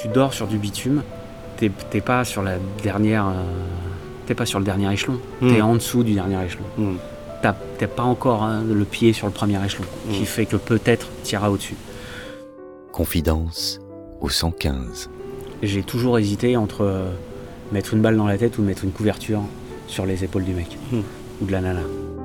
tu dors sur du bitume, t'es pas sur la dernière, t'es pas sur le dernier échelon, t'es en dessous du dernier échelon. T'as pas encore le pied sur le premier échelon, qui fait que peut-être t'iras au-dessus. Confidence au 115. J'ai toujours hésité entre mettre une balle dans la tête ou mettre une couverture sur les épaules du mec, ou de la nana.